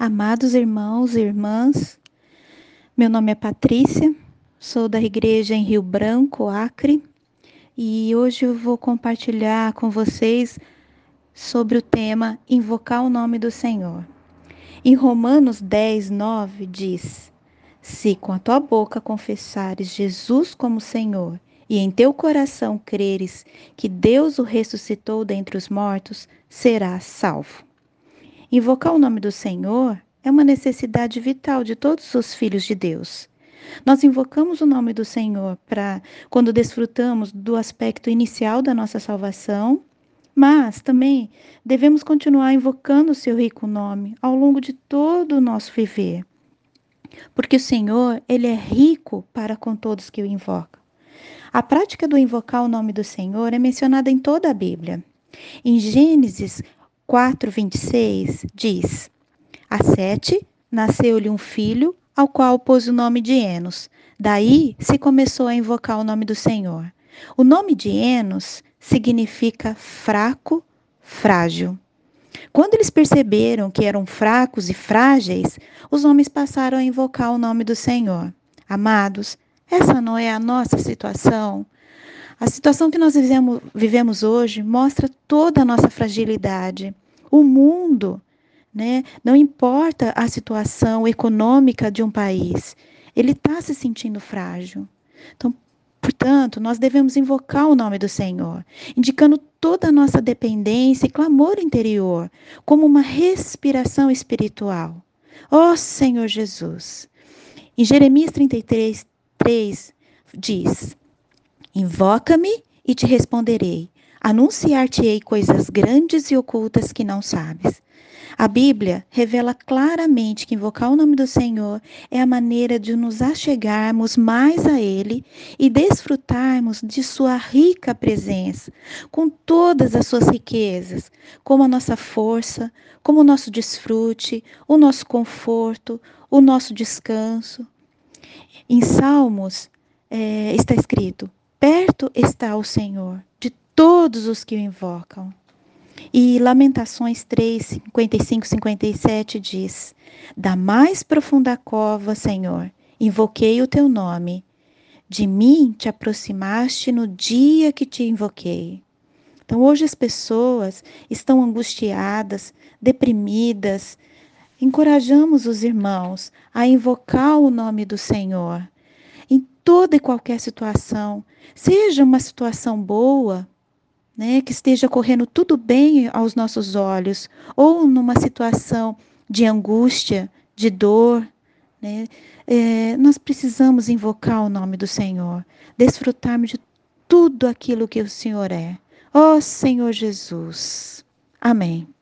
Amados irmãos e irmãs, meu nome é Patrícia, sou da igreja em Rio Branco, Acre, e hoje eu vou compartilhar com vocês sobre o tema Invocar o Nome do Senhor. Em Romanos 10, 9 diz: Se com a tua boca confessares Jesus como Senhor e em teu coração creres que Deus o ressuscitou dentre os mortos, serás salvo. Invocar o nome do Senhor é uma necessidade vital de todos os filhos de Deus. Nós invocamos o nome do Senhor para quando desfrutamos do aspecto inicial da nossa salvação, mas também devemos continuar invocando o seu rico nome ao longo de todo o nosso viver. Porque o Senhor, ele é rico para com todos que o invocam. A prática do invocar o nome do Senhor é mencionada em toda a Bíblia. Em Gênesis 4:26 diz: A Sete nasceu-lhe um filho, ao qual pôs o nome de Enos. Daí se começou a invocar o nome do Senhor. O nome de Enos significa fraco, frágil. Quando eles perceberam que eram fracos e frágeis, os homens passaram a invocar o nome do Senhor. Amados, essa não é a nossa situação. A situação que nós vivemos hoje mostra toda a nossa fragilidade. O mundo, não importa a situação econômica de um país, ele está se sentindo frágil. Então, portanto, nós devemos invocar o nome do Senhor, indicando toda a nossa dependência e clamor interior, como uma respiração espiritual. Ó Senhor Jesus! Em Jeremias 33, 3 diz: Invoca-me e te responderei. Anunciar-te-ei coisas grandes e ocultas que não sabes. A Bíblia revela claramente que invocar o nome do Senhor é a maneira de nos achegarmos mais a Ele e desfrutarmos de sua rica presença, com todas as suas riquezas, como a nossa força, como o nosso desfrute, o nosso conforto, o nosso descanso. Em Salmos está escrito: perto está o Senhor de todos os que o invocam. E Lamentações 3, 55, 57 diz: Da mais profunda cova, Senhor, invoquei o teu nome. De mim te aproximaste no dia que te invoquei. Então, hoje as pessoas estão angustiadas, deprimidas. Encorajamos os irmãos a invocar o nome do Senhor em toda e qualquer situação, seja uma situação boa, que esteja correndo tudo bem aos nossos olhos, ou numa situação de angústia, de dor, nós precisamos invocar o nome do Senhor, desfrutarmos de tudo aquilo que o Senhor é. Ó Senhor Jesus. Amém.